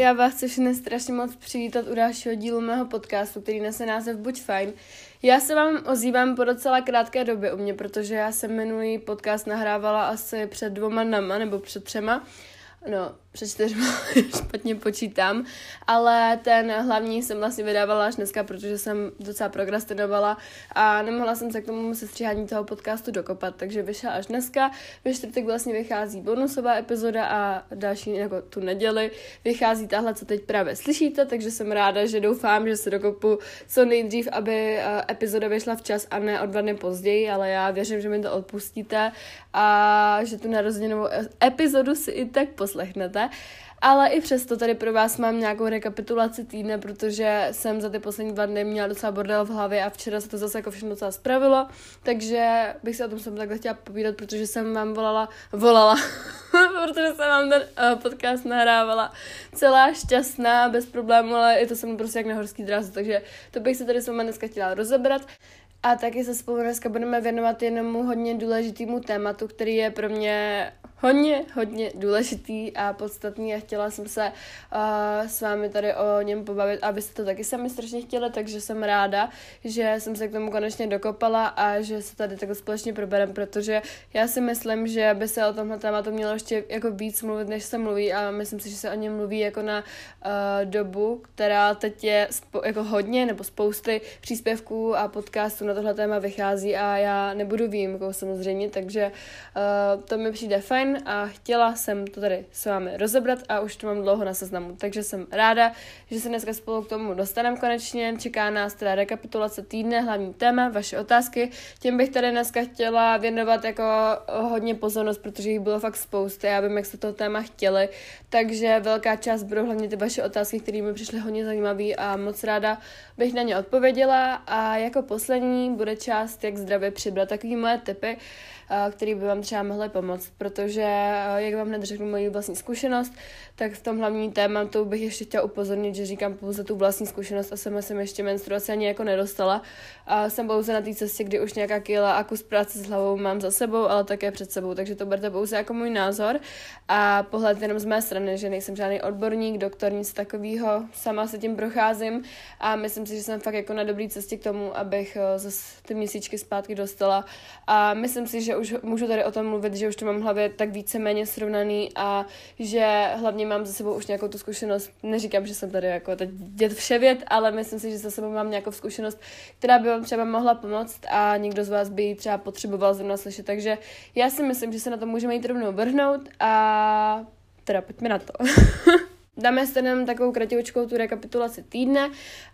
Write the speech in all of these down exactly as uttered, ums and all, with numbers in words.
já vás chci všechny strašně moc přivítat u dalšího dílu mého podcastu, který nese název Buď fajn. Já se vám ozývám po docela krátké době u mě, protože já jsem minulý podcast nahrávala asi před dvoma dnama nebo před třema. No, před čtyřma, špatně počítám, ale ten hlavní jsem vlastně vydávala až dneska, protože jsem docela prokrastinovala a nemohla jsem se k tomu sestříhání toho podcastu dokopat, takže vyšla až dneska. Ve čtvrtek vlastně vychází bonusová epizoda a další, jako tu neděli, vychází tahle, co teď právě slyšíte, takže jsem ráda, že doufám, že se dokopu co nejdřív, aby epizoda vyšla včas a ne o dva dny později, ale já věřím, že mi to odpustíte a že tu narozeninovou epizodu si i tak poslechnete. Ale i přesto tady pro vás mám nějakou rekapitulaci týdne, protože jsem za ty poslední dva dny měla docela bordel v hlavě a včera se to zase jako všechno docela spravilo, takže bych se o tom jsem takhle chtěla povídat, protože jsem vám volala, volala, protože jsem vám ten uh, podcast nahrávala celá šťastná, bez problémů, ale je to jsem prostě jak na horský dráze, takže to bych se tady s váma dneska chtěla rozebrat. A taky se spolu dneska budeme věnovat jednomu hodně důležitému tématu, který je pro mě hodně, hodně důležitý a podstatný a chtěla jsem se uh, s vámi tady o něm pobavit a vy jste to taky sami strašně chtěli, takže jsem ráda, že jsem se k tomu konečně dokopala a že se tady takhle společně probereme, protože já si myslím, že by se o tomhle tématu mělo ještě jako víc mluvit, než se mluví a myslím si, že se o něm mluví jako na uh, dobu, která teď je spo- jako hodně nebo spousty příspěvků a podcastů na tohle téma vychází a já nebudu výjimkou samozřejmě, takže uh, to mi přijde fajn a chtěla jsem to tady s vámi rozebrat a už to mám dlouho na seznamu, takže jsem ráda, že se dneska spolu k tomu dostaneme konečně. Čeká nás teda rekapitulace týdne, hlavní téma, vaše otázky. Těm bych tady dneska chtěla věnovat jako hodně pozornost, protože jich bylo fakt spousta, já vím, jak jste toho téma chtěli, takže velká část budou hlavně ty vaše otázky, které mi přišly hodně zajímavé a moc ráda bych na ně odpověděla a jako poslední bude část, jak zdravě přibrat, takový moje tipy, který by vám třeba mohly pomoct, protože, jak vám hned řeknu moji vlastní zkušenost, tak v tom hlavní tématu bych ještě chtěla upozornit, že říkám pouze tu vlastní zkušenost a sama jsem ještě menstruaci ani jako nedostala. A jsem pouze na té cestě, kdy už nějaká kýla a kus práce s hlavou mám za sebou, ale také před sebou, takže to berte pouze jako můj názor a pohled jenom z mé strany, že nejsem žádný odborník, doktor, nic takového, sama se tím procházím a myslím si, že jsem fakt jako na dobré cestě k tomu, abych zase ty měsíčky zpátky dostala a myslím si, že už můžu tady o tom mluvit, že už to mám v hlavě tak víceméně srovnaný a že hlavně mám za sebou už nějakou tu zkušenost. Neříkám, že jsem tady jako teď dět vševěd, ale myslím si, že za sebou mám nějakou zkušenost, která by vám třeba mohla pomoct a někdo z vás by ji třeba potřeboval zrovna slyšet. Takže já si myslím, že se na to můžeme jít rovnou vrhnout a teda pojďme na to. Dáme si jenom takovou kratěvoučkou tu rekapitulaci týdne.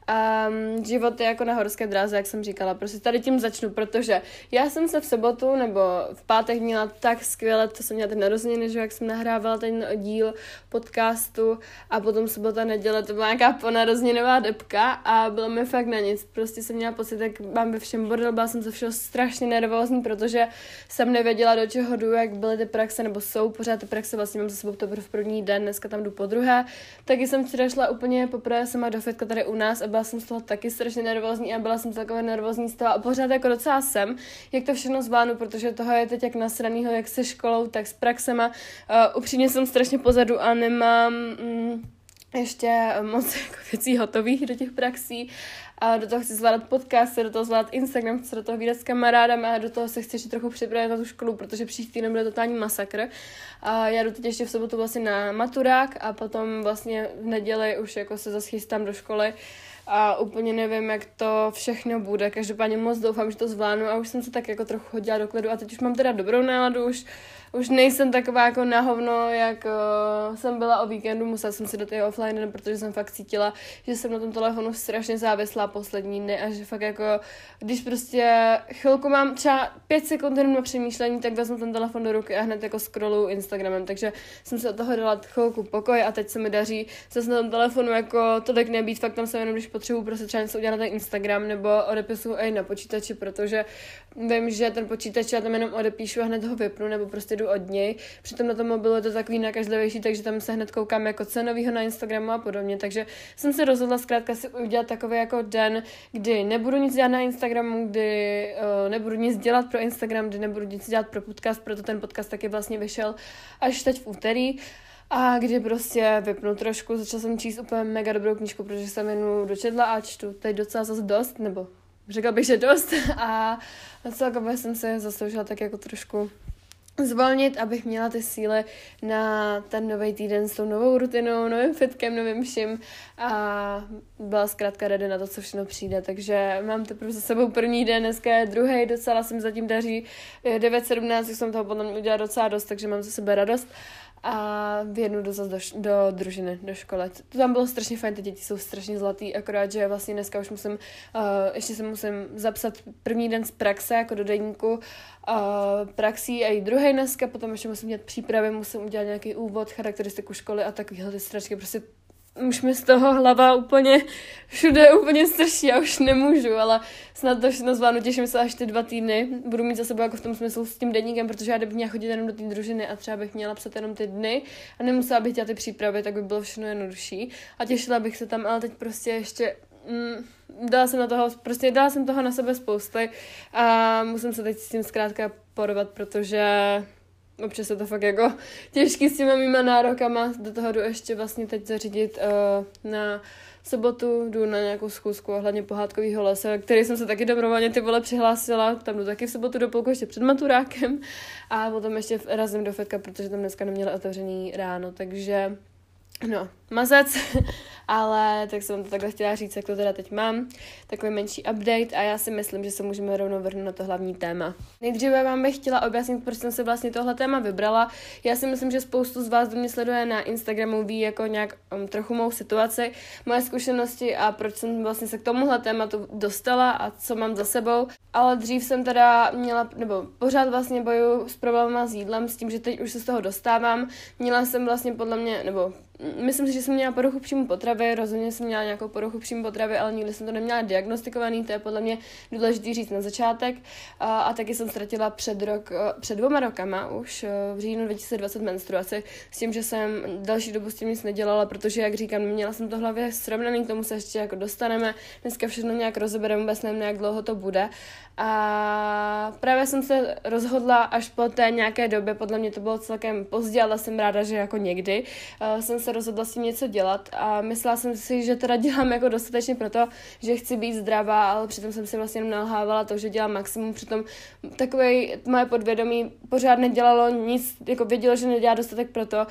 Um, život je jako na horské dráze, jak jsem říkala. Prostě tady tím začnu, protože já jsem se v sobotu nebo v pátek měla tak skvěle, to jsem měla ten narozeniny, že jak jsem nahrávala ten díl podcastu a potom sobota, neděle, to byla nějaká ponarozeninová debka a bylo mi fakt na nic. Prostě jsem měla pocit, jak mám ve všem bordel, byla jsem ze všeho strašně nervózní, protože jsem nevěděla, do čeho jdu, jak byly ty praxe, nebo jsou pořád ty praxe, vlastně mám za sebou to v první den, dneska tam jdu po druhé. Taky jsem včera šla úplně poprvé sama do fitka tady u nás a byla jsem z toho taky strašně nervózní a byla jsem takové nervózní z toho a pořád jako docela jsem, jak to všechno zvládnu, protože toho je teď jak nasranýho, jak se školou, tak s praxema. Uh, upřímně jsem strašně pozadu a nemám mm, ještě moc jako věcí hotových do těch praxí. A do toho chci zvládat podcasty, do toho zvládat Instagram, chci do toho vydat s kamarádama a do toho se chci ještě trochu připravit na tu školu, protože příští týden bude totální masakr. A já jdu teď ještě v sobotu vlastně na maturák a potom vlastně v neděli už jako se zase chystám do školy a úplně nevím, jak to všechno bude. Každopádně moc doufám, že to zvládnu a už jsem se tak jako trochu hodila do klidu a teď už mám teda dobrou náladu, už Už nejsem taková jako na hovno, jak uh, jsem byla o víkendu, musela jsem si do té offline, protože jsem fakt cítila, že jsem na tom telefonu strašně závislá poslední dny a že fakt jako, když prostě chvilku mám třeba pět sekund jenom na přemýšlení, tak vezmu ten telefon do ruky a hned jako scrolluju Instagramem, takže jsem se od toho dala chvilku pokoj a teď se mi daří zase na tom telefonu jako tolik nebýt, fakt tam jsem jenom, když potřebuji prostě třeba něco udělat na ten Instagram nebo odepisuju i na počítači, protože vím, že ten počítač já tam jenom odepíšu a hned ho vypnu nebo prostě jdu od něj. Přitom na tom mobilu je to takový nakažlivější, takže tam se hned koukám jako co novýho na Instagramu a podobně. Takže jsem se rozhodla zkrátka si udělat takový jako den, kdy nebudu nic dělat na Instagramu, kdy uh, nebudu nic dělat pro Instagram, kdy nebudu nic dělat pro podcast, proto ten podcast taky vlastně vyšel až teď v úterý. a kdy prostě vypnu trošku, začala jsem číst úplně mega dobrou knížku, protože jsem jednu dočetla a čtu teď docela zase dost, nebo řekla bych, že dost a celkově jsem se zasloužila tak jako trošku zvolnit, abych měla ty síly na ten nový týden s tou novou rutinou, novým fitkem, novým vším a byla zkrátka ready na to, co všechno přijde, takže mám teprve za sebou první den, dneska je druhý, docela se mi zatím daří, devět sedmnáct, jsem toho podle mě udělala docela dost, takže mám za sebe radost a vědnu do, do, do družiny, do školy. To tam bylo strašně fajn, ty děti jsou strašně zlatý, akorát, že vlastně dneska už musím, uh, ještě se musím zapsat první den z praxe, jako do deníku uh, praxí a i druhý dneska, potom ještě musím dělat přípravy, musím udělat nějaký úvod, charakteristiku školy a takovýhle ty strašky, prostě už mi z toho hlava úplně všude úplně strší, já už nemůžu, ale snad to všechno zvládnu, těším se až ty dva týdny. Budu mít za sebou jako v tom smyslu s tím deníkem, protože já kdybych měla chodit jenom do té družiny a třeba bych měla psat jenom ty dny a nemusela bych dělat ty přípravy, tak by bylo všechno jednodušší. A těšila bych se tam, ale teď prostě ještě mm, dala jsem na toho, prostě dala jsem toho na sebe spousty a musím se teď s tím zkrátka porovat, protože občas je to fakt jako těžký s těma mýma nárokama. Do toho jdu ještě vlastně teď zařídit uh, na sobotu, jdu na nějakou schůzku ohledně pohádkovýho lesa, který jsem se taky dobrovolně ty vole přihlásila. Tam jdu taky v sobotu do půlku ještě před maturákem a potom ještě razím do fitka, protože tam dneska neměla otevřený ráno, takže no, mazec, ale tak jsem to takhle chtěla říct, jak to teda teď mám, takový menší update a já si myslím, že se můžeme rovnou vrhnout na to hlavní téma. Nejdříve vám bych chtěla objasnit, proč jsem se vlastně tohle téma vybrala. Já si myslím, že spoustu z vás, kdo mě sleduje na Instagramu, ví jako nějak um, trochu mou situaci, moje zkušenosti a proč jsem vlastně se k tomuhle tématu dostala a co mám za sebou. Ale dřív jsem teda měla, nebo pořád vlastně bojuju s problémama s jídlem, s tím, že teď už se z toho dostávám. Měla jsem vlastně podle mě, nebo myslím si, že jsem měla poruchu příjmu potravy, rozhodně jsem měla nějakou poruchu příjmu potravy, ale nikdy jsem to neměla diagnostikovaný, to je podle mě důležitý říct na začátek. A, a taky jsem ztratila před, rok, před dvěma rokama už v říjnu dva tisíce dvacet menstruaci, s tím, že jsem další dobu s tím nic nedělala, protože, jak říkám, měla jsem to hlavě srovnaný, k tomu se ještě jako dostaneme, dneska všechno nějak rozebereme, vůbec nevím, jak dlouho to bude. A právě jsem se rozhodla až po té nějaké době, podle mě to bylo celkem pozdě, ale jsem ráda, že jako někdy, uh, jsem se rozhodla s tím něco dělat a myslela jsem si, že teda dělám jako dostatečně proto, že chci být zdravá, ale přitom jsem si vlastně jenom nalhávala to, že dělám maximum, přitom takovej moje podvědomí pořád nedělalo nic, jako vědělo, že nedělá dostatek proto,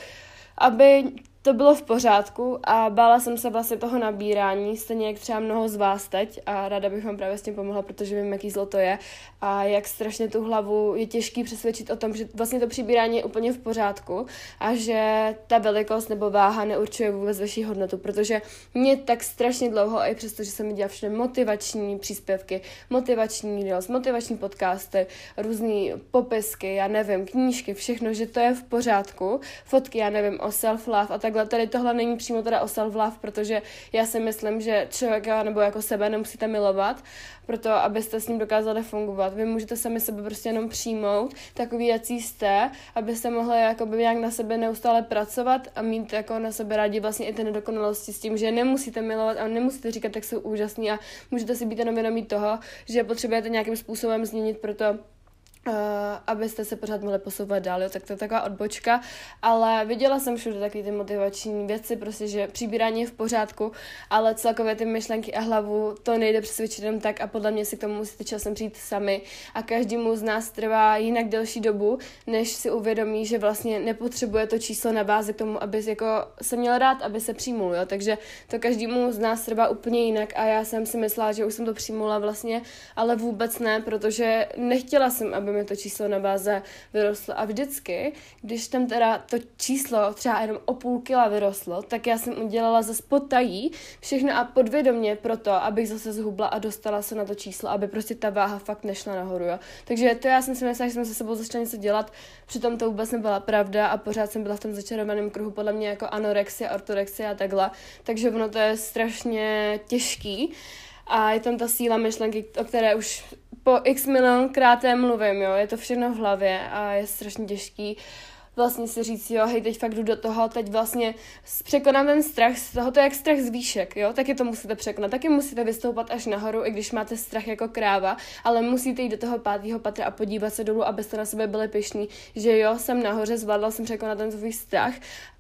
aby to bylo v pořádku a bála jsem se vlastně toho nabírání, stejně jak třeba mnoho z vás teď a ráda bych vám právě s tím pomohla, protože vím, jaký zlo to je a jak strašně tu hlavu je těžký přesvědčit o tom, že vlastně to přibírání je úplně v pořádku a že ta velikost nebo váha neurčuje vůbec vaši hodnotu, protože mě tak strašně dlouho, a i přesto, že jsem dělala všude motivační příspěvky, motivační reels, motivační podcasty, různý popisky, já nevím, knížky, všechno, že to je v pořádku, fotky, já nevím, o self-love a tak. Tady tohle není přímo teda o self-love, protože já si myslím, že člověka nebo jako sebe nemusíte milovat, proto abyste s ním dokázali fungovat. Vy můžete sami sebe prostě jenom přijmout, takový, jací jste, abyste mohli jakoby nějak na sebe neustále pracovat a mít jako na sebe rádi vlastně i ty nedokonalosti s tím, že nemusíte milovat a nemusíte říkat, jak jsou úžasný a můžete si být jenom vědomí toho, že potřebujete nějakým způsobem změnit proto, Uh, abyste se pořád mohli posouvat dál, jo, tak to je taková odbočka, ale viděla jsem všude takové ty motivační věci, prostě, že přibírání je v pořádku, ale celkově ty myšlenky a hlavu to nejde přesvědčit jenom tak a podle mě si k tomu musíte časem přijít sami a každému z nás trvá jinak delší dobu, než si uvědomí, že vlastně nepotřebuje to číslo na bázi k tomu, aby jako se měl rád, aby se přijmul, jo, takže to každému z nás trvá úplně jinak a já jsem si myslela, že už jsem to přijmula vlastně, ale vůbec ne, protože nechtěla jsem, aby mi to číslo na báze vyrostlo a vždycky, když tam teda to číslo třeba jenom o půl kila vyrostlo, tak já jsem udělala zase potají všechno a podvědomě proto, abych zase zhubla a dostala se na to číslo, aby prostě ta váha fakt nešla nahoru, jo. Takže to já jsem si myslela, že jsem se sebou začala něco dělat, přitom to vůbec nebyla pravda a pořád jsem byla v tom začarovaném kruhu podle mě jako anorexie, ortorexie a takhle, takže ono to je strašně těžký a je tam ta síla myšlenky, o které už po x milionkrát mluvím, jo, je to všechno v hlavě a je strašně těžký vlastně si říct, jo, hej, teď fakt jdu do toho, teď vlastně překonám ten strach, z toho to je jak strach z výšek, jo, taky to musíte překonat, taky musíte vystoupat až nahoru, i když máte strach jako kráva, ale musíte jít do toho pátého patra a podívat se dolů, abyste na sebe byli pyšní, že jo, jsem nahoře, zvládla jsem překonat ten svůj strach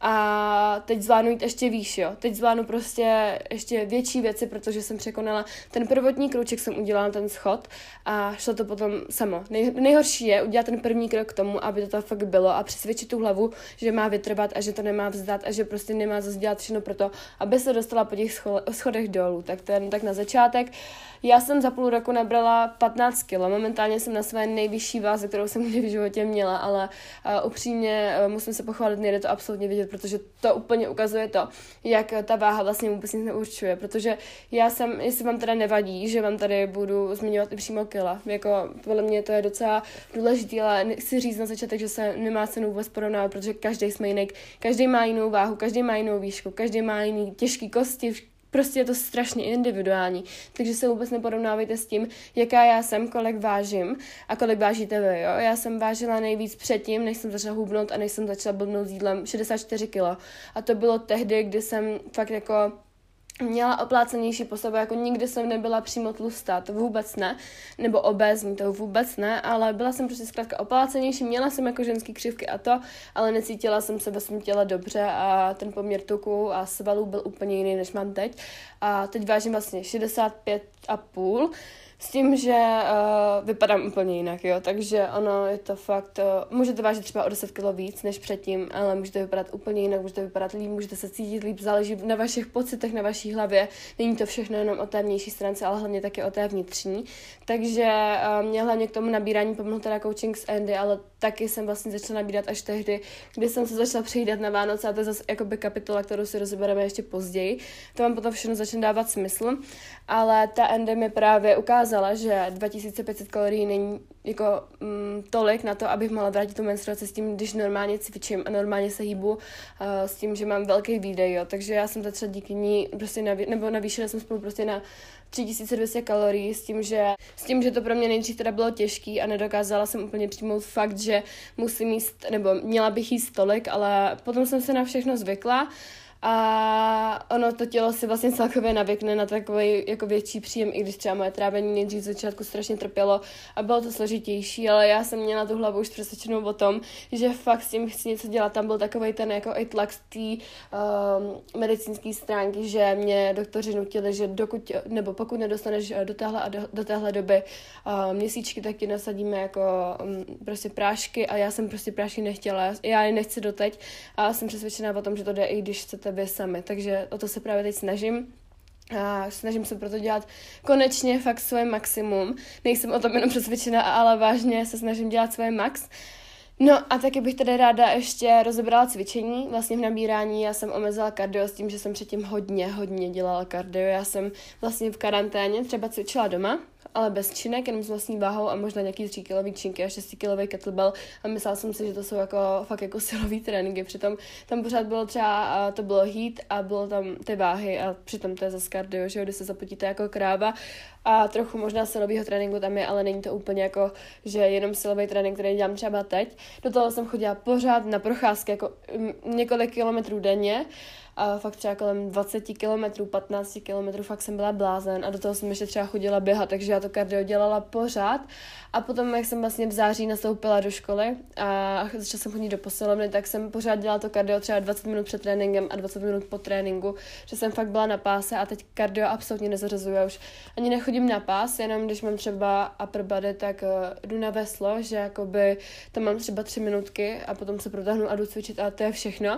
a teď zvládnu jít ještě výš, jo, teď zvládnu prostě ještě větší věci, protože jsem překonala ten prvotní krouček, jsem udělala ten schod a šlo to potom samo. Nej, nejhorší je udělat ten první krok k tomu, aby to tak fakt bylo a přesvědčit tu hlavu, že má vytrvat a že to nemá vzdát a že prostě nemá zase dělat všechno pro to, aby se dostala po těch schodech dolů. Tak to je tak na začátek. Já jsem za půl roku nabrala patnáct kilo. Momentálně jsem na své nejvyšší váze, kterou jsem kdy v životě měla, ale uh, upřímně uh, musím se pochválit, nejde to absolutně vidět, protože to úplně ukazuje to, jak ta váha vlastně vůbec nic neurčuje, protože já jsem, jestli vám teda nevadí, že vám tady budu zmiňovat i přímo kila, jako podle mě to je docela důležitý, ale chci říct na začátek, že se nemá cenu vůbec porovnávat, protože každý jsme jiný, každý má jinou váhu, každý má jinou výšku, každý má jiný těžký kosti, prostě je to strašně individuální, takže se vůbec neporovnávejte s tím, jaká já jsem, kolik vážím a kolik vážíte vy, jo. Já jsem vážila nejvíc předtím, než jsem začala hubnout a než jsem začala blbnout s jídlem šedesát čtyři kilo. A to bylo tehdy, kdy jsem fakt jako měla oplácenější postavu, jako nikdy jsem nebyla přímo tlustá, to vůbec ne, nebo obézní, to vůbec ne, ale byla jsem prostě zkrátka oplácenější, měla jsem jako ženský křivky a to, ale necítila jsem se ve svém těle dobře a ten poměr tuku a svalů byl úplně jiný, než mám teď. A teď vážím vlastně šedesát pět a půl, s tím, že uh, vypadám úplně jinak, jo, takže ono je to fakt, uh, můžete vážit třeba o deset kilo víc než předtím, ale můžete vypadat úplně jinak, můžete vypadat líp, můžete se cítit líp, záleží na vašich pocitech, na vaší hlavě, není to všechno jenom o té vnější stránce, ale hlavně taky o té vnitřní, takže uh, mě hlavně k tomu nabírání pomohl teda coaching s Andy, ale taky jsem vlastně začala nabírat až tehdy, kdy jsem se začala přejídat na Vánoce a to je zase jakoby kapitola, kterou si rozebereme ještě později, to vám potom všechno začne dávat smysl, ale ta Andy mi právě ukázala, že dva tisíce pět set kalorií není jako mm, tolik na to, abych mohla vrátit tu menstruaci s tím, když normálně cvičím a normálně se hýbu uh, s tím, že mám velký výdej, jo. Takže já jsem to třeba díky ní prostě naví- nebo navýšila jsem spolu prostě na tři tisíce dvě stě kalorií s tím, že s tím, že to pro mě nejdřív teda bylo těžký a nedokázala jsem úplně přijmout fakt, že musím jíst, nebo měla bych jíst tolik, ale potom jsem se na všechno zvykla. A ono to tělo si vlastně celkově navykne na takový jako větší příjem, i když třeba moje trávení nejdřív z začátku strašně trpělo a bylo to složitější, ale já jsem měla tu hlavu už přesvědčenou o tom, že fakt s tím chci něco dělat. Tam byl takovej ten jako i tlak z té um, medicínské stránky, že mě doktoři nutili, že dokud, nebo pokud nedostaneš do téhle a do, do téhle doby uh, měsíčky, tak ti nasadíme jako um, prostě prášky a já jsem prostě prášky nechtěla. Já je nechci doteď a jsem přesvědčená o tom, že to jde, i když chcete vy sami, takže o to se právě teď snažím. A snažím se proto dělat konečně fakt svoje maximum. Nejsem o tom jenom přesvědčená, ale vážně se snažím dělat svoje max. No a taky bych tady ráda ještě rozebrala cvičení. Vlastně v nabírání já jsem omezila kardio s tím, že jsem předtím hodně, hodně dělala kardio. Já jsem vlastně v karanténě třeba cvičila doma, ale bez činek, jenom s vlastní váhou a možná nějaký tři kilový činky a šest kilový kettlebell a myslela jsem si, že to jsou jako fakt jako silový tréninky, přitom tam pořád bylo třeba, to bylo heat a bylo tam ty váhy a přitom to je zase kardio, že jo, kdy se zapotíte jako kráva a trochu možná silového tréninku tam je, ale není to úplně jako, že jenom silový trénink, který dělám třeba teď. Do toho jsem chodila pořád na procházky jako několik kilometrů denně, a fakt třeba kolem dvacet kilometrů, patnáct kilometrů, fakt jsem byla blázen a do toho jsem ještě třeba chodila běhat, takže já to kardio dělala pořád a potom, jak jsem vlastně v září nastoupila do školy a začala jsem chodit do posilovny, tak jsem pořád dělala to kardio třeba dvacet minut před tréninkem a dvacet minut po tréninku, že jsem fakt byla na páse a teď kardio absolutně nezařazuju, já už ani nechodím na pás, jenom když mám třeba upper body, tak uh, jdu na veslo, že jakoby tam mám třeba tři minutky a potom se protáhnu a jdu cvičit a to je všechno.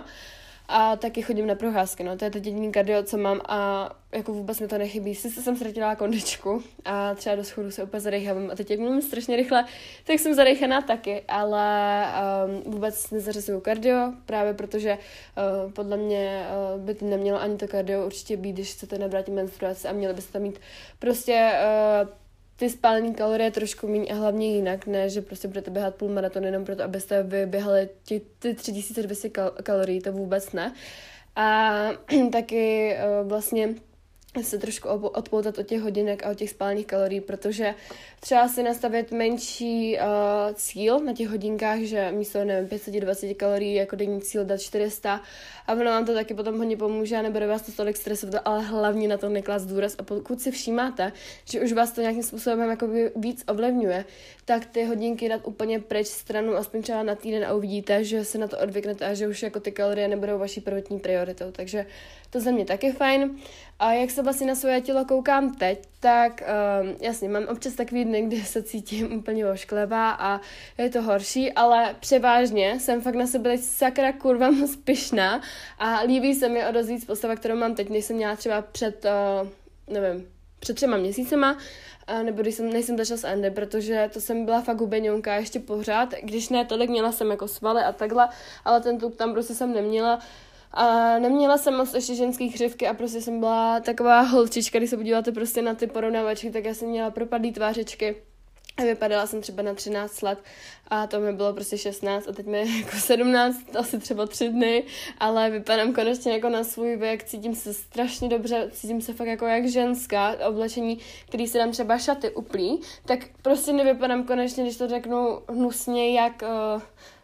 A taky chodím na procházky, no, to je to jediný kardio, co mám a jako vůbec mi to nechybí. Sice jsem ztratila kondičku a třeba do schodu se úplně zadechávám a teď jak mluvím strašně rychle, tak jsem zadechaná taky, ale um, vůbec nezařazuju kardio, právě protože uh, podle mě uh, by to nemělo ani to kardio určitě být, když chcete nabrat menstruaci a měli byste tam mít prostě uh, ty spálené kalorie trošku méně a hlavně jinak, ne, že prostě budete běhat půl maraton jenom proto, abyste vyběhali ty, ty tři tisíce dvě stě kal- kalorií, to vůbec ne. A taky uh, vlastně se trošku odpoutat od těch hodinek a od těch spálených kalorií, protože třeba si nastavit menší uh, cíl na těch hodinkách, že místo, nevím, pět set dvacet kalorií jako denní cíl dát čtyři sta a ono vám to taky potom hodně pomůže a nebude vás to tolik stresovat, ale hlavně na to neklást důraz a pokud si všímáte, že už vás to nějakým způsobem jakoby víc ovlivňuje, tak ty hodinky dát úplně pryč stranu, aspoň třeba na týden a uvidíte, že se na to odvyknete a že už jako ty kalorie nebudou vaší prvotní prioritou, takže to za mě taky fajn. A jak se vlastně na svoje tělo koukám teď, tak um, jasně, mám občas takový dny, kdy se cítím úplně ošklivá a je to horší, ale převážně jsem fakt na sebe teď sakra kurva moc pyšná a líbí se mi o dost víc postava, kterou mám teď, než jsem měla třeba před, uh, nevím, před třema měsícema, a nebo když jsem, než jsem začala s Andy, protože to jsem byla fakt hubeňonka ještě pořád, když ne tolik, měla jsem jako svaly a takhle, ale ten tuk tam prostě jsem neměla. A neměla jsem moc ještě ženský křivky a prostě jsem byla taková holčička, když se podíváte prostě na ty porovnávačky, tak já jsem měla propadlý tvářičky a vypadala jsem třeba na třináct let a to mi bylo prostě šestnáct a teď mi je jako sedmnáct, asi třeba tři dny, ale vypadám konečně jako na svůj věk, cítím se strašně dobře, cítím se fakt jako jak ženská, oblečení, který si dám třeba šaty uplí, tak prostě nevypadám konečně, když to řeknu hnusně, jak... Uh,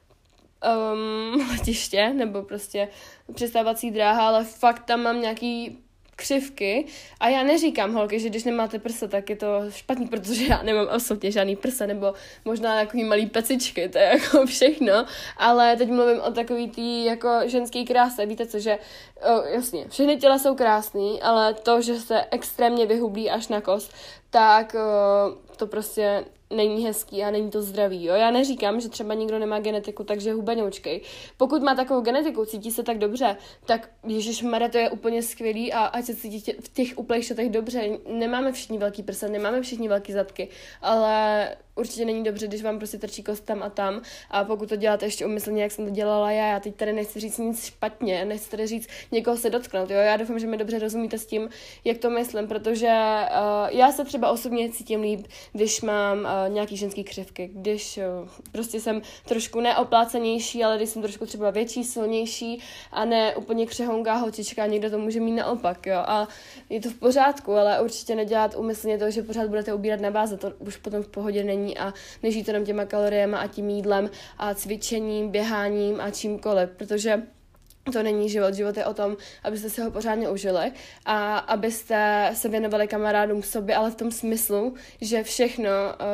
Um, letiště, nebo prostě přistávací dráha, ale fakt tam mám nějaký křivky a já neříkám, holky, že když nemáte prsa, tak je to špatný, protože já nemám absolutně žádný prsa, nebo možná takový malý pecičky, to je jako všechno, ale teď mluvím o takový tý jako ženský kráse, víte co, že oh, jasně, všechny těla jsou krásný, ale to, že se extrémně vyhublí až na kost, tak oh, to prostě není hezký a není to zdravý. Jo? Já neříkám, že třeba nikdo nemá genetiku, takže hubeňoučkej. Pokud má takovou genetiku, cítí se tak dobře, tak ježišmarja, to je úplně skvělý a ať se cítí v těch uplejch šatech dobře. Nemáme všichni velký prsa, nemáme všichni velký zadky, ale určitě není dobře, když vám prostě trčí kost tam a tam a pokud to děláte ještě umyslně, jak jsem to dělala já, já teď tady nechci říct nic špatně, nechci tady říct někoho se dotknout, jo, já doufám, že mi dobře rozumíte s tím, jak to myslím, protože uh, já se třeba osobně cítím líp, když mám uh, nějaký ženský křivky, když uh, prostě jsem trošku neoplácenější, ale když jsem trošku třeba větší, silnější a ne úplně křehonká holčička, někdo to může mít naopak, jo, a je to v pořádku, ale určitě nedělat úmyslně to, že pořád budete ubírat na váze, to už potom v pohodě není a nežít jenom těma kaloriemi a tím jídlem a cvičením, běháním a čímkoliv, protože to není život. Život je o tom, abyste si ho pořádně užili a abyste se věnovali kamarádům sobě, ale v tom smyslu, že všechno,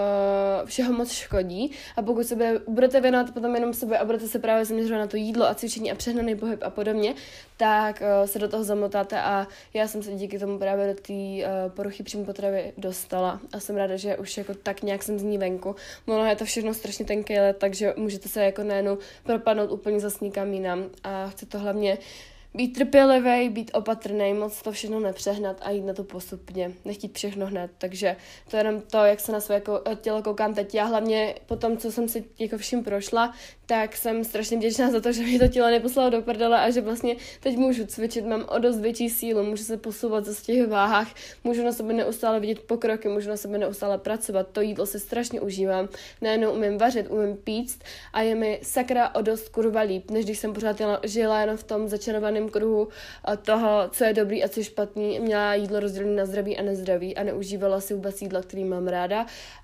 uh, všeho moc škodí a pokud se bude, budete věnovat potom jenom sobě a budete se právě zaměřovat na to jídlo a cvičení a přehnaný pohyb a podobně, tak uh, se do toho zamotáte a já jsem se díky tomu právě do té uh, poruchy příjmu potravy dostala a jsem ráda, že už jako tak nějak jsem z ní venku. Ono je to všechno strašně tenký let, takže můžete se jako najednou propadnout úplně zas nikam jinam a chci to hlavně být trpělivý, být opatrný, moc to všechno nepřehnat a jít na to postupně, nechtít všechno hned, takže to je jenom to, jak se na své tělo koukám teď. Já hlavně po tom, co jsem si jako vším prošla, tak jsem strašně vděčná za to, že mi to tělo neposlalo do prdele a že vlastně teď můžu cvičit, mám o dost větší sílu, můžu se posouvat ze těch váhách, můžu na sebe neustále vidět pokroky, můžu na sebe neustále pracovat, to jídlo si strašně užívám, najednou umím vařit, umím píct a je mi sakra o dost kurva líp, než když jsem pořád jela, žila jenom v tom začarovaném kruhu toho, co je dobrý a co je špatný, měla jídlo rozdělené na zdraví a nezdraví a neužívala si vůbec jídla, který mám ráda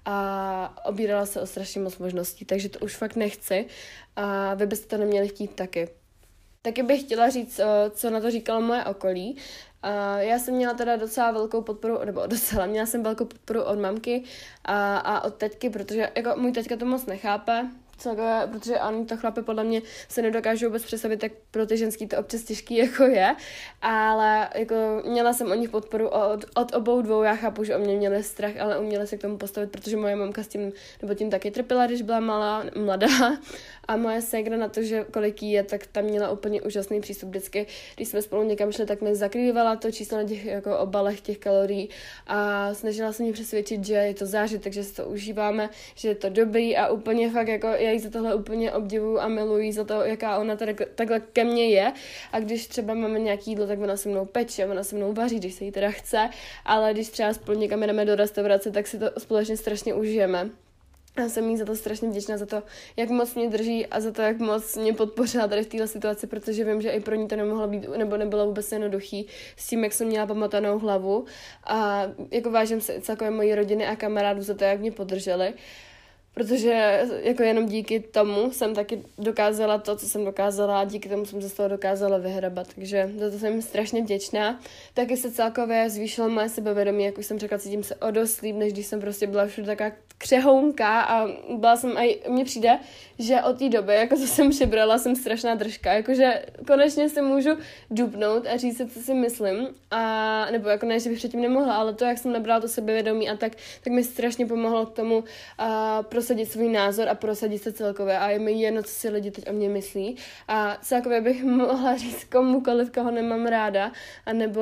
a obírala se o strašně moc možností, takže to už fakt nechci a vy byste to neměli chtít taky. Taky bych chtěla říct, co na to říkalo moje okolí. Já jsem měla teda docela velkou podporu, nebo docela, měla jsem velkou podporu od mamky a, a od teďky, protože jako můj teďka to moc nechápe, celkově, protože oni to chlapi podle mě se nedokážou vůbec představit, tak pro ty ženský to občas těžký jako je, ale jako měla jsem od nich podporu od, od obou dvou, já chápu, že o mě měli strach, ale uměli se k tomu postavit, protože moje mamka s tím, nebo tím taky trpěla, když byla malá, mladá a moje ségra na to, že kolik jí je, tak tam měla úplně úžasný přístup vždycky, když jsme spolu někam šli, tak mi zakrývala to číslo na těch jako obalech těch kalorií a snažila se mě přesvědčit, že je to zážitek, že si to užíváme, že je to dobrý a úplně fakt jako já jí za tohle úplně obdivuju a miluji za to, jaká ona tady, takhle ke mně je a když třeba máme nějaký jídlo, tak ona se mnou peče, ona se mnou vaří, když se jí teda chce, ale když třeba spolu někam jdeme do restaurace, tak si to společně strašně užijeme. A jsem jí za to strašně vděčná, za to, jak moc mě drží a za to, jak moc mě podpořila tady v této situaci, protože vím, že i pro ní to nemohlo být, nebo nebylo vůbec jednoduchý s tím, jak jsem měla pamotanou hlavu. A jako vážím se celkově mojí rodiny a kamarádů za to, jak mě podrželi. Protože jako jenom díky tomu jsem taky dokázala to, co jsem dokázala a díky tomu jsem se z toho dokázala vyhrabat. Takže za to jsem strašně vděčná. Taky se celkově zvýšilo moje sebevědomí, jak už jsem řekla, cítím se o dost líp, než když jsem prostě byla všude taková křehounka a byla jsem, a mně přijde, že od té doby, jako co jsem přibrala, jsem strašná držka. Jakože konečně si můžu dupnout a říct si, co si myslím. A, nebo jako ne, že bych předtím nemohla, ale to, jak jsem nabrala to sebevědomí a tak, tak mi strašně pomohlo k tomu a, prosadit svůj názor a prosadit se celkově. A je mi jedno, co si lidi teď o mě myslí. A celkově bych mohla říct komukoliv, koho nemám ráda, anebo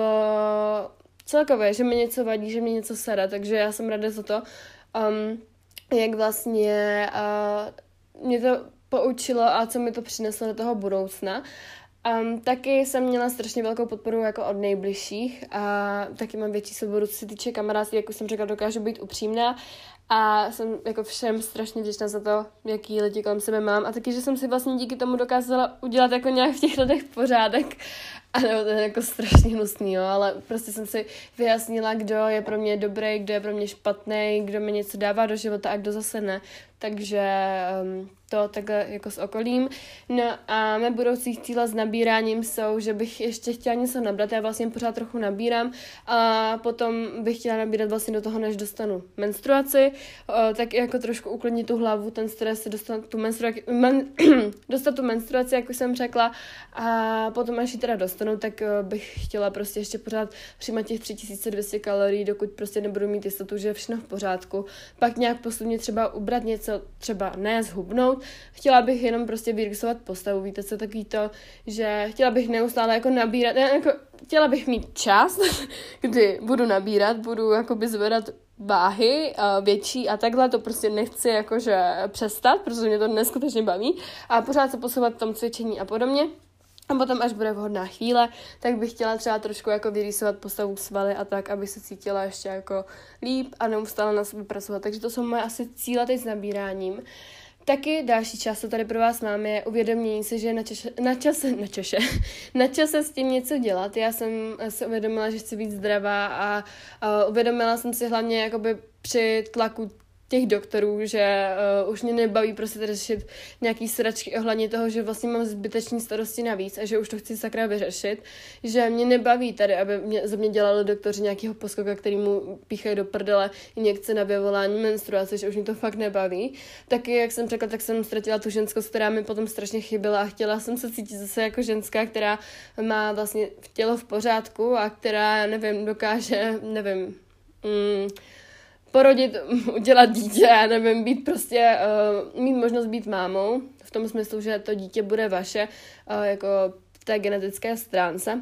celkově, že mi něco vadí, že mi něco sere, takže já jsem ráda za to, um, jak vlastně uh, mě to poučilo a co mi to přineslo do toho budoucna. Um, taky jsem měla strašně velkou podporu jako od nejbližších a taky mám větší svobodu, co se týče kamarádství, jak už jsem řekla, dokážu být upřímná a jsem jako všem strašně vděčná za to, jaký lidi kolem sebe mám a taky, že jsem si vlastně díky tomu dokázala udělat jako nějak v těch letech pořádek. A nebo to je jako strašně hnusný, jo, ale prostě jsem si vyjasnila, kdo je pro mě dobrý, kdo je pro mě špatný, kdo mi něco dává do života a kdo zase ne. Takže um, to takhle jako s okolím. No a mé budoucí cíle s nabíráním jsou, že bych ještě chtěla něco nabrat, já vlastně pořád trochu nabírám a potom bych chtěla nabírat vlastně do toho, než dostanu menstruaci, o, tak jako trošku uklidnit tu hlavu, ten stres, dostat tu menstruaci, men, dostat tu menstruaci, jak už jsem řekla, a potom až ji teda dostanu, tak o, bych chtěla prostě ještě pořád přijímat těch tři tisíce dvě stě kalorií, dokud prostě nebudu mít jistotu, že je všechno v pořádku. Pak nějak postupně třeba ubrat něco, třeba ne zhubnout. Chtěla bych jenom prostě vyrysovat postavu, víte co, takový to, že chtěla bych neustále jako nabírat, ne, jako chtěla bych mít čas, kdy budu nabírat, budu jakoby zvedat váhy a větší a takhle, to prostě nechci jakože přestat, protože mě to neskutečně baví a pořád se posouvat v tom cvičení a podobně. A potom, až bude vhodná chvíle, tak bych chtěla třeba trošku jako vyrýsovat postavu svaly a tak, aby se cítila ještě jako líp a neustále na sebe pracovat. Takže to jsou moje asi cíle teď s nabíráním. Taky další část, co tady pro vás mám, je uvědomění si, že je na, češe, na čase, na češe, na čase s tím něco dělat. Já jsem se uvědomila, že chci být zdravá a, a uvědomila jsem si hlavně jakoby při tlaku těch doktorů, že uh, už mě nebaví prostě řešit nějaký sračky ohledně toho, že vlastně mám zbytečný starosti navíc a že už to chci sakra vyřešit, že mě nebaví tady, aby mě, za mě dělali doktoři nějakého poskoka, který mu píchají do prdele injekce na vyvolání menstruace, že už mě to fakt nebaví. Taky, jak jsem řekla, tak jsem ztratila tu ženskost, která mi potom strašně chyběla a chtěla jsem se cítit zase jako ženská, která má vlastně tělo v pořádku a která, nevím, dokáže, nevím, mm, porodit, udělat dítě, já nevím, být prostě, uh, mít možnost být mámou, v tom smyslu, že to dítě bude vaše, uh, jako v té genetické stránce.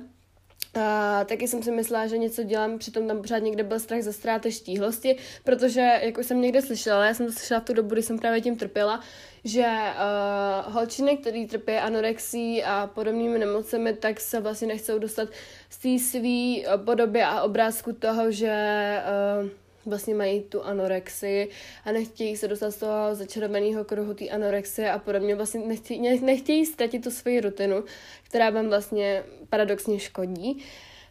A taky jsem si myslela, že něco dělám, přitom tam pořád někde byl strach ze ztráty štíhlosti, protože, jak už jsem někde slyšela, já jsem to slyšela v tu dobu, kdy jsem právě tím trpěla, že uh, holčiny, které trpí anorexí a podobnými nemocemi, tak se vlastně nechcou dostat z té svý podoby a obrázku toho, že uh, vlastně mají tu anorexii a nechtějí se dostat z toho začarovaného kruhu té anorexie a podobně. Vlastně nechtějí, nechtějí ztratit tu svoji rutinu, která vám vlastně paradoxně škodí.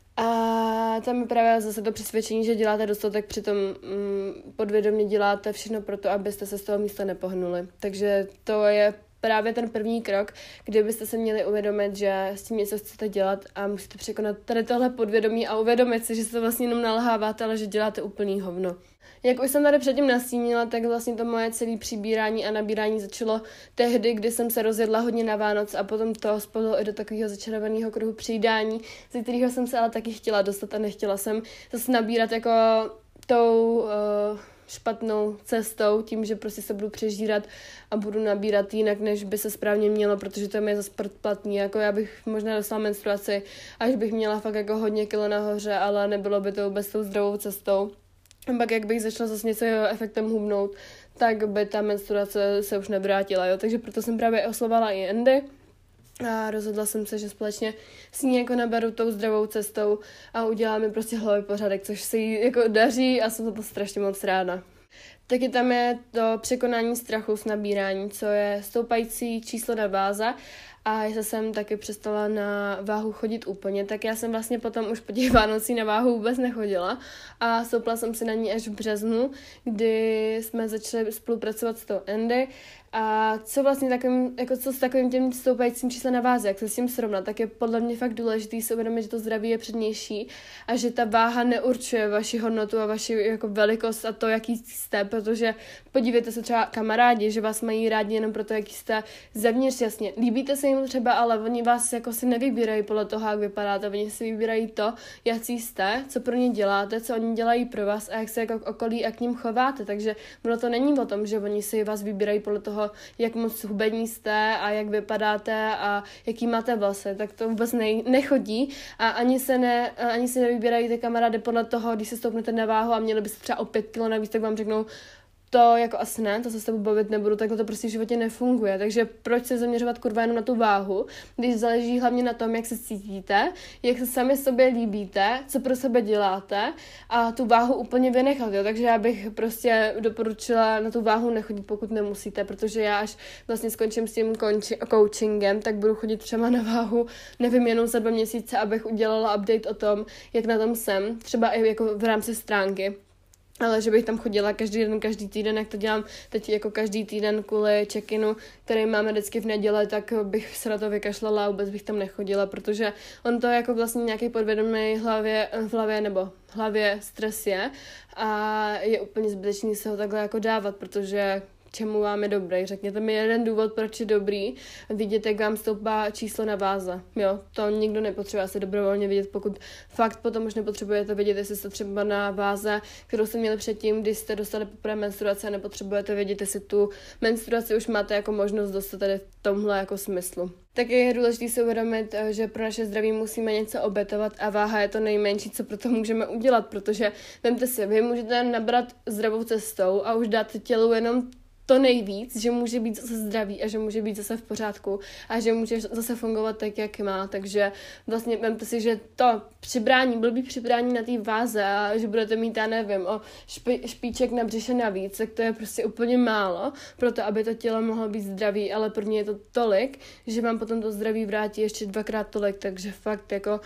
A tam je právě zase to přesvědčení, že děláte dostatek, přitom mm, podvědomě děláte všechno pro to, abyste se z toho místa nepohnuli. Takže to je právě ten první krok, kdy byste se měli uvědomit, že s tím něco chcete dělat a musíte překonat tady tohle podvědomí a uvědomit si, že se vlastně jenom nalháváte, ale že děláte úplný hovno. Jak už jsem tady předtím nastínila, tak vlastně to moje celé přibírání a nabírání začalo tehdy, kdy jsem se rozjedla hodně na Vánoc a potom to spadlo i do takového začarovaného kruhu přijídání, ze kterého jsem se ale taky chtěla dostat a nechtěla jsem zase nabírat jako tou uh, špatnou cestou, tím, že prostě se budu přežírat a budu nabírat jinak, než by se správně mělo, protože to je mi zase platný. Jako já bych možná dostala menstruaci, až bych měla fakt jako hodně kilo nahoře, ale nebylo by to vůbec tou zdravou cestou. A pak jak bych začala zase něco jeho efektem hubnout, tak by ta menstruace se už nevrátila, jo. Takže proto jsem právě oslovala i Andy a rozhodla jsem se, že společně s ní jako naberu tou zdravou cestou a uděláme prostě hlavy pořádek, což se jí jako daří a jsem za to strašně moc ráda. Taky tam je to překonání strachu z nabírání, co je stoupající číslo na váze. A jestli jsem taky přestala na váhu chodit úplně, tak já jsem vlastně potom už po těch Vánocí na váhu vůbec nechodila a stoupla jsem si na ní až v březnu, kdy jsme začali spolupracovat s tou Andy. A co vlastně takovým, jako co s takovým tím stoupajícím číslem na váze, jak se s tím srovnat, tak je podle mě fakt důležitý si uvědomit, že to zdraví je přednější a že ta váha neurčuje vaši hodnotu a vaši jako velikost a to, jaký jste, protože podívejte se třeba kamarádi, že vás mají rádi jenom proto, jaký jste zevnitř, jasně. Líbíte se jim třeba, ale oni vás jako si nevybírají podle toho, jak vypadáte, oni si vybírají to, jaký jste, co pro ně děláte, co oni dělají pro vás a jak se jako k okolí a k ním chováte, takže ono to není o tom, že oni si vás vybírají podle toho, jak moc hubení jste a jak vypadáte a jaký máte vlasy, tak to vůbec ne, nechodí a ani se, ne, ani se nevybírají ty kamarády podle toho, když se stoupnete na váhu a měli byste třeba o pět kilo navíc, tak vám řeknou, to jako asi ne, to se s tebou bavit nebudu, takhle to prostě v životě nefunguje. Takže proč se zaměřovat kurva jenom na tu váhu, když záleží hlavně na tom, jak se cítíte, jak se sami sobě líbíte, co pro sebe děláte a tu váhu úplně vynechat, jo. Takže já bych prostě doporučila na tu váhu nechodit, pokud nemusíte, protože já až vlastně skončím s tím konči- coachingem, tak budu chodit třeba na váhu, nevím, jenom za dva měsíce, abych udělala update o tom, jak na tom jsem, třeba i jako v rámci stránky. Ale že bych tam chodila každý den, každý týden, jak to dělám teď jako každý týden kvůli check-inu, který máme vždycky v neděli, tak bych se na to vykašlala a vůbec bych tam nechodila, protože on to jako vlastně nějaký podvědomý hlavě, v hlavě nebo v hlavě stres je a je úplně zbytečný se ho takhle jako dávat, protože čemu vám je dobrý. Řekněte mi jeden důvod, proč je dobrý vidět, jak vám stoupá číslo na váze. Jo, to nikdo nepotřebuje se dobrovolně vidět, pokud fakt potom už nepotřebujete vidět, jestli jste třeba na váze, kterou jste měli předtím, když jste dostali poprvé menstruaci a nepotřebujete vědět, jestli tu menstruaci už máte jako možnost dostat tady v tomhle jako smyslu. Taky je důležité si uvědomit, že pro naše zdraví musíme něco obětovat a váha je to nejmenší, co pro to můžeme udělat, protože vemte si, vy můžete nabrat zdravou cestou a už dáte tělu jenom to nejvíc, že může být zase zdravý a že může být zase v pořádku a že může zase fungovat tak, jak má. Takže vlastně vemte si, že to přibrání, blbý přibrání na té váze a že budete mít, já nevím, o špi, špiček na břiše navíc, tak to je prostě úplně málo pro to, aby to tělo mohlo být zdravý, ale pro ně je to tolik, že vám potom to zdraví vrátí ještě dvakrát tolik, takže fakt jako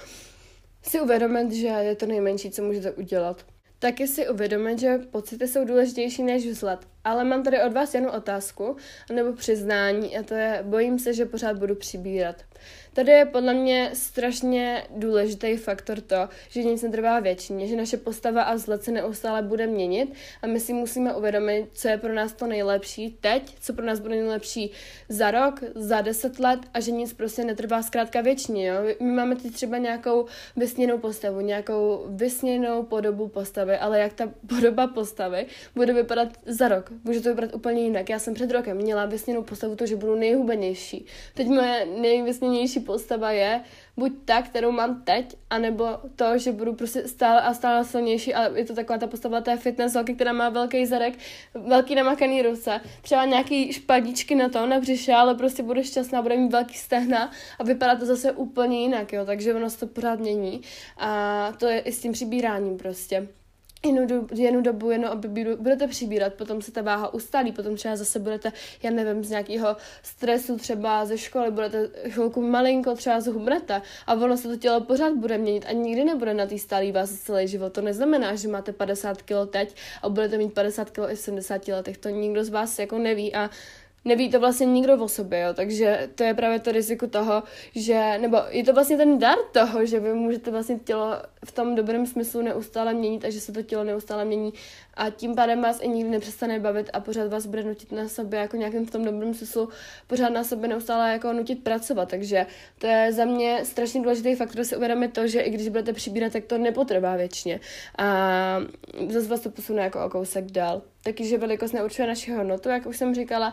si uvědomit, že je to nejmenší, co můžete udělat. Taky si uvědomit, že pocity jsou důležitější než vzhled. Ale mám tady od vás jednu otázku, nebo přiznání, a to je, bojím se, že pořád budu přibírat. Tady je podle mě strašně důležitý faktor to, že nic netrvá věčně, že naše postava a vzhled se neustále bude měnit a my si musíme uvědomit, co je pro nás to nejlepší teď, co pro nás bude nejlepší za rok, za deset let a že nic prostě netrvá zkrátka věčně. Jo? My máme teď třeba nějakou vysněnou postavu, nějakou vysněnou podobu postavy, ale jak ta podoba postavy bude vypadat za rok. Může to vypadat úplně jinak. Já jsem před rokem měla vysněnou postavu to, že budu nejhubenější. Teď moje nejvysněnější postava je buď ta, kterou mám teď, anebo to, že budu prostě stále a stále silnější a je to taková ta postava té fitness holky, která má velký zadek, velký namakaný ruce, třeba nějaký špadičky na to, na břiše, ale prostě bude šťastná, bude mít velký stehna a vypadá to zase úplně jinak, jo, takže ono se to pořád mění a to je i s tím přibíráním prostě. Jednu dobu, jednu dobu jenom aby budete přibírat, potom se ta váha ustálí, potom třeba zase budete, já nevím, z nějakého stresu třeba ze školy, budete chvilku malinko třeba zhubnete a ono se to tělo pořád bude měnit a nikdy nebude na té stálý váze celý život. To neznamená, že máte padesát kilo teď a budete mít padesát kilo i v sedmdesáti letech. To nikdo z vás jako neví a neví to vlastně nikdo o sobě, jo, takže to je právě to riziko toho, že, nebo je to vlastně ten dar toho, že vy můžete vlastně tělo v tom dobrém smyslu neustále měnit a že se to tělo neustále mění a tím pádem vás i nikdy nepřestane bavit a pořád vás bude nutit na sobě jako nějakým v tom dobrém smyslu pořád na sobě neustále jako nutit pracovat, takže to je za mě strašně důležitý faktor si uvědomit to, že i když budete přibírat, tak to nepotrvá věčně a zase vás to posune jako o kousek dál. Taky, že velikost neurčuje naši hodnotu, jak už jsem říkala,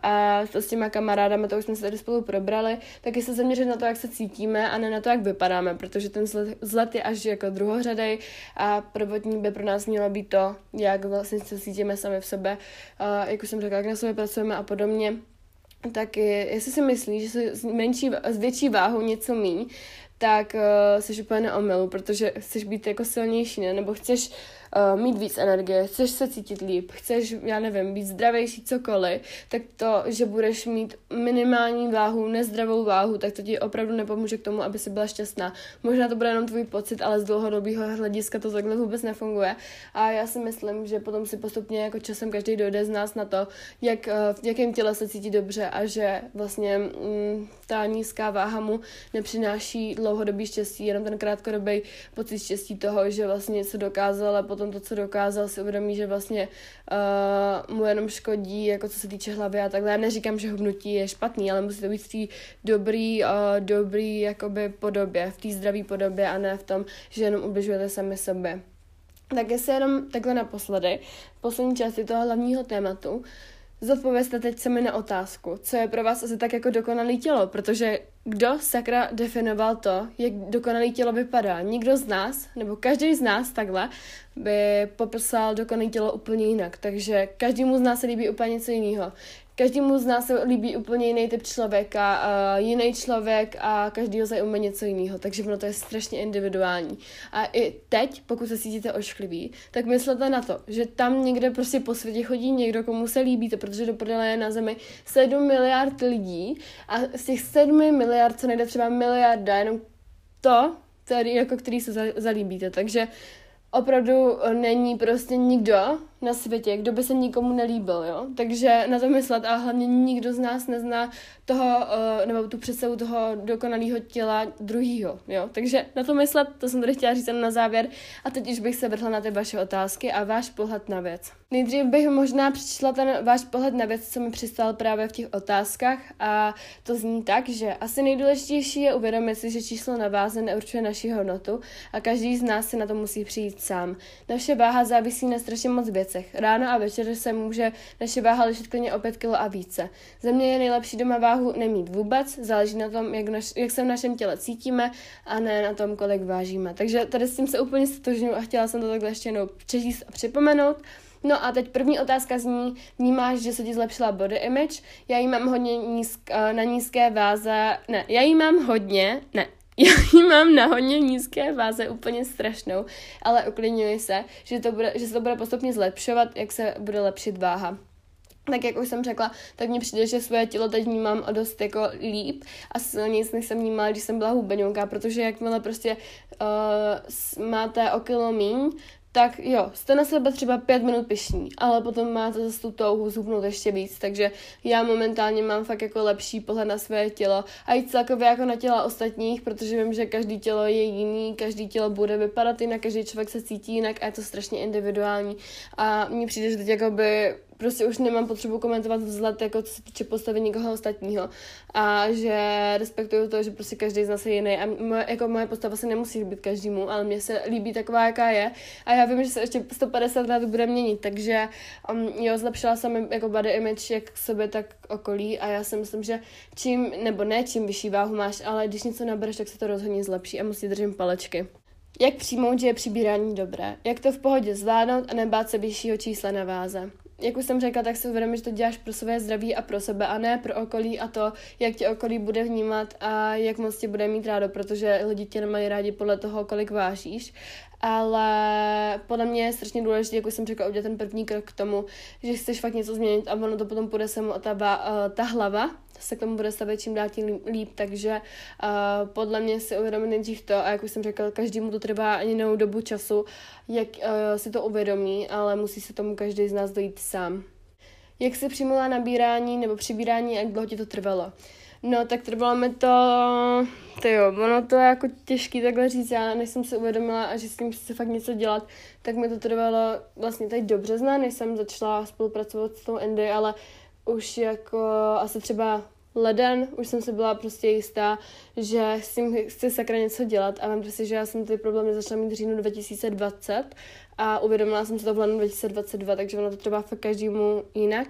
a to s těma kamarádama, to už jsme se tady spolu probrali, taky se zaměřit na to, jak se cítíme a ne na to, jak vypadáme, protože ten vzhled je až jako druhořadej a prvotní by pro nás mělo být to, jak vlastně se cítíme sami v sobě, a jak už jsem řekla, jak na sobě pracujeme a podobně. Tak jestli si myslíš, že se s, menší, s větší váhou něco míň, tak uh, jsi úplně na omylu, protože chceš být jako silnější, ne? Nebo chceš uh, mít víc energie, chceš se cítit líp, chceš, já nevím, být zdravější, cokoliv, tak to, že budeš mít minimální váhu, nezdravou váhu, tak to ti opravdu nepomůže k tomu, aby si byla šťastná. Možná to bude jenom tvůj pocit, ale z dlouhodobého hlediska to takhle vůbec nefunguje. A já si myslím, že potom si postupně jako časem každý dojde z nás na to, jak, v jakém těle se cítí dobře a že vlastně mm, ta nízká váha mu nepřináší dlouhodobý štěstí, jenom ten krátkodobý pocit štěstí toho, že vlastně něco dokázal a potom to, co dokázal, si uvědomí, že vlastně uh, mu jenom škodí, jako co se týče hlavy a takhle. Já neříkám, že hubnutí je špatný, ale musí to být v té dobrý, uh, dobrý jakoby podobě, v té zdravé podobě a ne v tom, že jenom ubližujete sami sobě. Tak jestli jenom takhle naposledy, v poslední části toho hlavního tématu, zodpovězte teď se mi na otázku, co je pro vás asi tak jako dokonalý tělo, protože kdo sakra definoval to, jak dokonalý tělo vypadá? Nikdo z nás, nebo každý z nás takhle, by popsal dokonalý tělo úplně jinak, takže každému z nás se líbí úplně něco jiného. Každému z nás se líbí úplně jiný typ člověka, a jiný člověk a každýho zajímá něco jiného, takže ono to je strašně individuální. A i teď, pokud se cítíte ošklivý, tak myslete na to, že tam někde prostě po světě chodí někdo, komu se líbíte, protože do prdele je na zemi sedm miliard lidí a z těch sedmi miliard se najde třeba miliarda, jenom to, tady, jako který se za, zalíbíte, takže opravdu není prostě nikdo na světě, kdo by se nikomu nelíbil, jo? Takže na to myslet a hlavně nikdo z nás nezná toho, nebo tu představu toho dokonalého těla druhýho, jo? Takže na to myslet, to jsem tady chtěla říct na závěr a teď už bych se vrhla na ty vaše otázky a váš pohled na věc. Nejdřív bych možná přečetla ten váš pohled na věc, co mi přistal právě v těch otázkách a to zní tak, že asi nejdůležitější je uvědomit si, že číslo na váze neurčuje naši hodnotu a každý z nás si na to musí přijít sám. Naše váha závisí na strašně moc věcech. Ráno a večer se může naše váha lišit klidně o pět kilo a více. Za mě je nejlepší doma váhu nemít vůbec, záleží na tom, jak, naš, jak se v našem těle cítíme a ne na tom, kolik vážíme. Takže tady s tím se úplně stotožňuji a chtěla jsem to takhle ještě jednou přečíst a připomenout. No a teď první otázka zní, vnímáš, že se ti zlepšila body image? Já ji mám hodně nízk, na nízké váze, ne, já ji mám hodně, ne, já ji mám na hodně nízké váze, úplně strašnou, ale uklidňuji se, že, to bude, že se to bude postupně zlepšovat, jak se bude lepšit váha. Tak jak už jsem řekla, tak mně přijde, že svoje tělo teď vnímám o dost jako líp a silnějc, než jsem vnímala, když jsem byla hubeňonka, protože jakmile prostě uh, máte o kilo míň, tak jo, jste na sebe třeba pět minut pyšní, ale potom máte zase tu touhu zhubnout ještě víc, takže já momentálně mám fakt jako lepší pohled na své tělo a i celkově jako na těla ostatních, protože vím, že každý tělo je jiný, každý tělo bude vypadat jinak, každý člověk se cítí jinak a je to strašně individuální a mně přijde, že teď jakoby prostě už nemám potřebu komentovat vzhled, jako co se týče postavy někoho ostatního a že respektuju to, že prostě každý z nás je jiný a moje, jako moje postava se nemusí líbit každému, ale mně se líbí taková, jaká je a já vím, že se ještě sto padesát let bude měnit, takže um, jo, zlepšila jsem jako body image jak k sobě, tak k okolí a já si myslím, že čím, nebo ne čím vyšší váhu máš, ale když něco nabereš, tak se to rozhodně zlepší a musí držím palečky. Jak přijmout, že je přibírání dobré? Jak to v pohodě zvládnout a nebát se vyššího čísla na váze? Jak už jsem řekla, tak si uvědomit, že to děláš pro své zdraví a pro sebe a ne pro okolí a to, jak tě okolí bude vnímat a jak moc tě bude mít rádo, protože lidi tě nemají rádi podle toho, kolik vážíš. Ale podle mě je strašně důležité, jak už jsem řekla, udělat ten první krok k tomu, že chceš fakt něco změnit a ono to potom půjde samo ta, ta hlava, se k tomu bude stavět čím dál tím líp, takže uh, podle mě si uvědomit nejdřív to a jak už jsem řekla, každému to trvá jinou dobu času, jak uh, si to uvědomí, ale musí se tomu každý z nás dojít sám. Jak jsi přijmula nabírání nebo přibírání, jak dlouho ti to trvalo? No, tak trvalo mi to, tyjo, ono to je jako těžký takhle říct, já než jsem si uvědomila a že s tím chci fakt něco dělat, tak mi to trvalo vlastně teď do března, než jsem začala spolupracovat s tou Andy, ale už jako asi třeba leden, už jsem si byla prostě jistá, že s tím chci sakra něco dělat a vím si, že já jsem ty problémy začala mít v říjnu dva tisíce dvacet a uvědomila jsem si to v lednu dva tisíce dvacet dva, takže ono to trvá fakt každému jinak.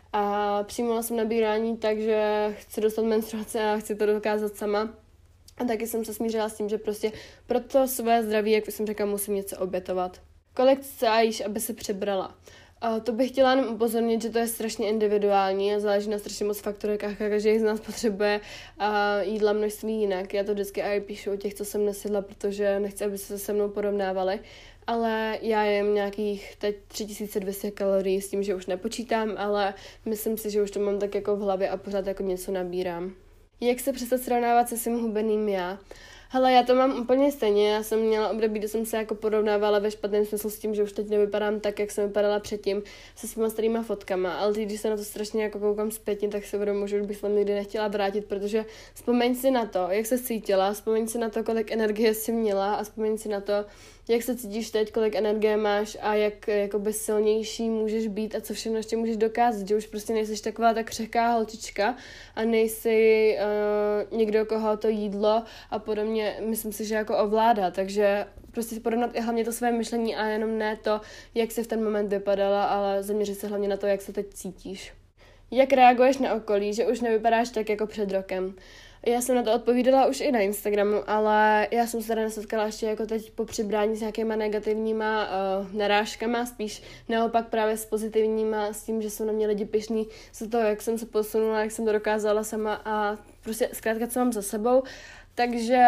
A přijmula jsem nabírání, takže chci dostat menstruaci a chci to dokázat sama. A taky jsem se smířila s tím, že prostě pro to své zdraví, jak jsem řekla, musím něco obětovat. Kolik chceš, aby se přebrala? A to bych chtěla jenom upozornit, že to je strašně individuální a záleží na strašně moc faktorech a každý z nás potřebuje a jídla množství jinak. Já to vždycky i píšu o těch, co jsem nesjedla, protože nechci, aby se se mnou porovnávali. ale já jem nějakých teď tři tisíce dvě stě kalorií s tím, že už nepočítám, ale myslím si, že už to mám tak jako v hlavě a pořád jako něco nabírám. Jak se přestat srovnávat se svým hubeným já? Hele, já to mám úplně stejně, já jsem měla období, kdy jsem se jako porovnávala ve špatném smyslu s tím, že už teď nevypadám tak, jak jsem vypadala předtím se svýma starýma fotkama, ale teď, když se na to strašně jako koukám zpětně, tak si uvědomuji, že už bych se nikdy nechtěla vrátit, protože vzpomeň si na to, jak se cítila, vzpomeň si na to, kolik energie jsi měla a vzpomeň si na to, jak se cítíš teď, kolik energie máš a jak jakoby silnější můžeš být a co všechno ještě můžeš dokázat, že už prostě nejsi taková tak křehká holčička a nejsi uh, někdo, koho to jídlo a podobně, myslím si, že jako ovládá, takže prostě si porovnat i hlavně to své myšlení a jenom ne to, jak jsi v ten moment vypadala, ale zaměřit se hlavně na to, jak se teď cítíš. Jak reaguješ na okolí, že už nevypadáš tak jako před rokem? Já jsem na to odpovídala už i na Instagramu, ale já jsem se teda nesetkala ještě jako teď po přibrání s nějakýma negativníma uh, narážkama, spíš naopak právě s pozitivníma, s tím, že jsou na mě lidi pyšní z toho, jak jsem se posunula, jak jsem to dokázala sama a prostě zkrátka, co mám za sebou. Takže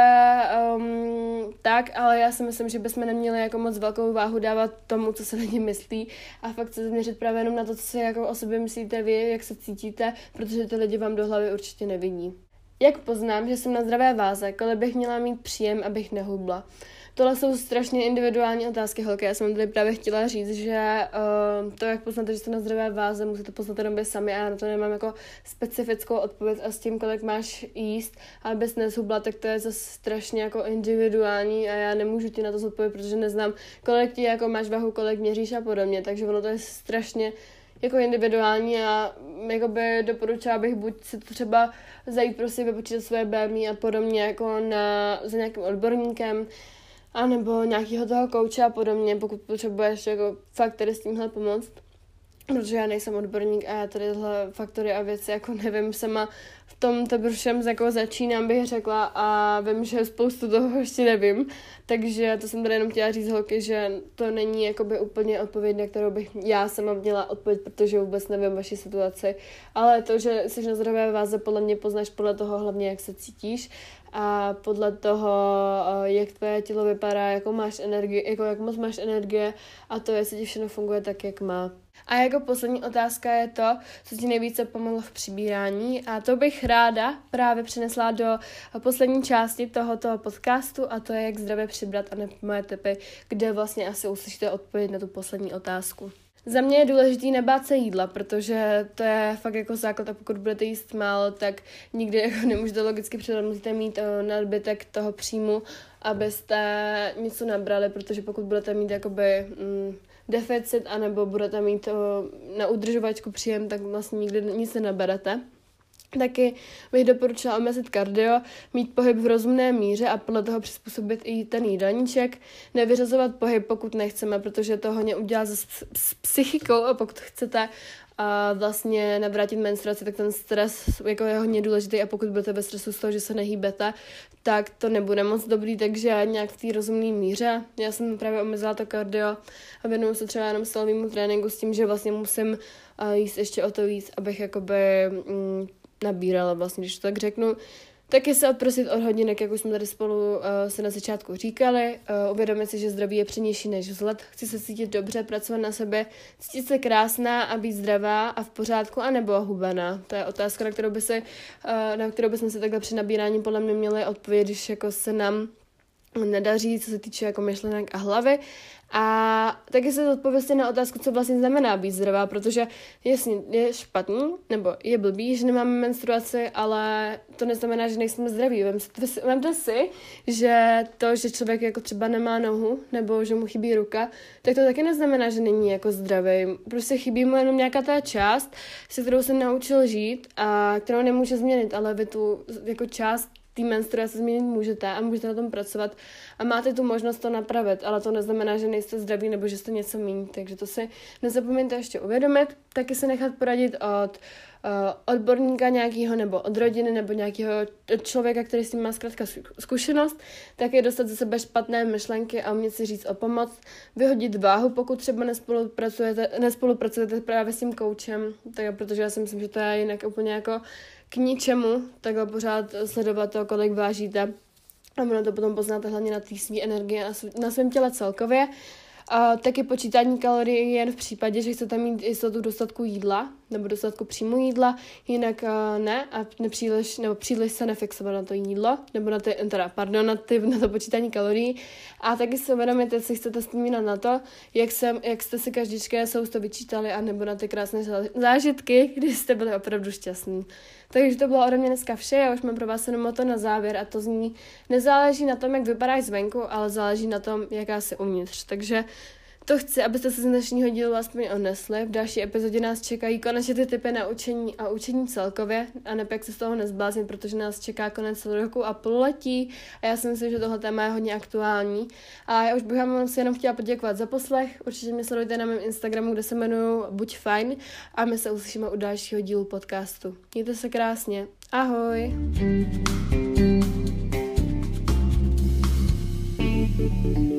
um, tak, ale já si myslím, že bychom neměli jako moc velkou váhu dávat tomu, co se lidi myslí a fakt se zaměřit právě jenom na to, co si jako o sobě myslíte vy, jak se cítíte, protože ty lidi vám do hlavy určitě nevidí. Jak poznám, že jsem na zdravé váze, kolik bych měla mít příjem, abych nehubla? Tohle jsou strašně individuální otázky, holky. Já jsem tady právě chtěla říct, že uh, to, jak poznáte, že jste na zdravé váze, musíte poznat jenom vy sami a já na to nemám jako specifickou odpověď a s tím, kolik máš jíst, abys nezhubla, tak to je zase strašně jako individuální a já nemůžu ti na to zodpovědět, protože neznám, kolik ti jako máš váhu, kolik měříš a podobně, takže ono to je strašně jako individuální a jakoby doporučila bych buď si to třeba zajít prostě vypočítat svoje bé em í a podobně jako na, za nějakým odborníkem, a nebo nějakého toho kouče a podobně, pokud potřebuješ jako fakt tady s tímhle pomoct. Protože já nejsem odborník a já tady tyhle faktory a věci jako nevím sama v tom teprve jako začínám, bych řekla a vím, že spoustu toho ještě nevím. Takže to jsem tady jenom chtěla říct, holky, že to není jakoby úplně odpověď, na kterou bych já sama měla odpověď, protože vůbec nevím vaši situaci. Ale to, že jsi na zdravé váze, podle mě poznáš podle toho hlavně, jak se cítíš a podle toho, jak tvoje tělo vypadá, jakou máš energii, jako jak moc máš energie a to, jestli ti všechno funguje tak, jak má. A jako poslední otázka je to, co ti nejvíce pomohlo v přibírání a to bych ráda právě přinesla do poslední části tohoto podcastu a to je, jak zdravě přibrat a nebo moje tipy, kde vlastně asi uslyšíte odpověď na tu poslední otázku. Za mě je důležitý nebát se jídla, protože to je fakt jako základ a pokud budete jíst málo, tak nikdy jako nemůžete logicky přidat, musíte mít uh, nadbytek toho příjmu, abyste něco nabrali, protože pokud budete mít jakoby mm, deficit anebo budete mít uh, na udržovačku příjem, tak vlastně nikdy nic nenaberete. Taky bych doporučila omezit kardio, mít pohyb v rozumné míře a podle toho přizpůsobit i ten jídelníček. Nevyřazovat pohyb, pokud nechceme, protože to hodně udělá s, s psychikou a pokud chcete a vlastně navrátit menstruaci, tak ten stres jako je hodně důležitý a pokud budete ve stresu z toho, že se nehýbete, tak to nebude moc dobrý, takže nějak v té rozumné míře. Já jsem právě omezila to kardio a věnuju se třeba jenom silovému tréninku s tím, že vlastně musím jíst ještě o to víc, abych jakoby mm, nabírala vlastně, když to tak řeknu. Taky se odprosit od hodinek, jak už jsme tady spolu uh, se na začátku říkali. Uh, uvědomit si, že zdraví je přednější než vzhled. Chci se cítit dobře, pracovat na sebe, cítit se krásná a být zdravá a v pořádku, anebo hubená. To je otázka, na kterou, by se, uh, na kterou bychom se takhle při nabírání podle mě měli odpovědět, když jako se nám nedaří, co se týče jako myšlenek a hlavy. A taky se odpovědět na otázku, co vlastně znamená být zdravá, protože jasně, je špatný, nebo je blbý, že nemáme menstruaci, ale to neznamená, že nejsme zdraví. Vemte si, že to, že člověk jako třeba nemá nohu, nebo že mu chybí ruka, tak to taky neznamená, že není jako zdravý. Prostě chybí mu jenom nějaká ta část, se kterou se naučil žít a kterou nemůže změnit, ale vy tu jako část té menstruace změnit můžete a můžete na tom pracovat a máte tu možnost to napravit, ale to neznamená, že nejste zdraví nebo že jste něco méně, takže to si nezapomeňte ještě uvědomit, taky se nechat poradit od uh, odborníka nějakého nebo od rodiny nebo nějakého člověka, který s tím má zkrátka zkušenost, taky dostat ze sebe špatné myšlenky a umět si říct o pomoc, vyhodit váhu, pokud třeba nespolupracujete, nespolupracujete právě s tím koučem, tak, protože já si myslím, že to je jinak úplně jako k ničemu, takhle pořád sledovat to, kolik vážíte a ono to potom poznáte hlavně na té svý energie a na svém těle celkově. A taky počítání kalorií jen v případě, že chcete mít jistotu dostatku jídla nebo dostatku příjmu jídla, jinak uh, ne a nepříliš, nebo příliš se nefixovat na to jídlo, nebo na ty, teda, pardon, na, ty, na to počítání kalorií. A taky si uvědomíte, si chcete vzpomínat na to, jak, jsem, jak jste si každičké sousto vyčítali, a nebo na ty krásné zážitky, kdy jste byli opravdu šťastní. Takže to bylo ode mě dneska vše, já už mám pro vás jenom to na závěr a to zní, nezáleží na tom, jak vypadáš zvenku, ale záleží na tom, jaká jsi uvnitř. Takže to chci, abyste se z dnešního dílu aspoň odnesli. V další epizodě nás čekají konečně ty typy na učení a učení celkově a ne jak se z toho nezbláznit, protože nás čeká konec roku a pololetí a já si myslím, že tohle téma je hodně aktuální. A já už bych vám si jenom chtěla poděkovat za poslech. Určitě mě sledujte na mém Instagramu, kde se jmenuji Buď fajn a my se uslyšíme u dalšího dílu podcastu. Mějte se krásně. Ahoj! thank you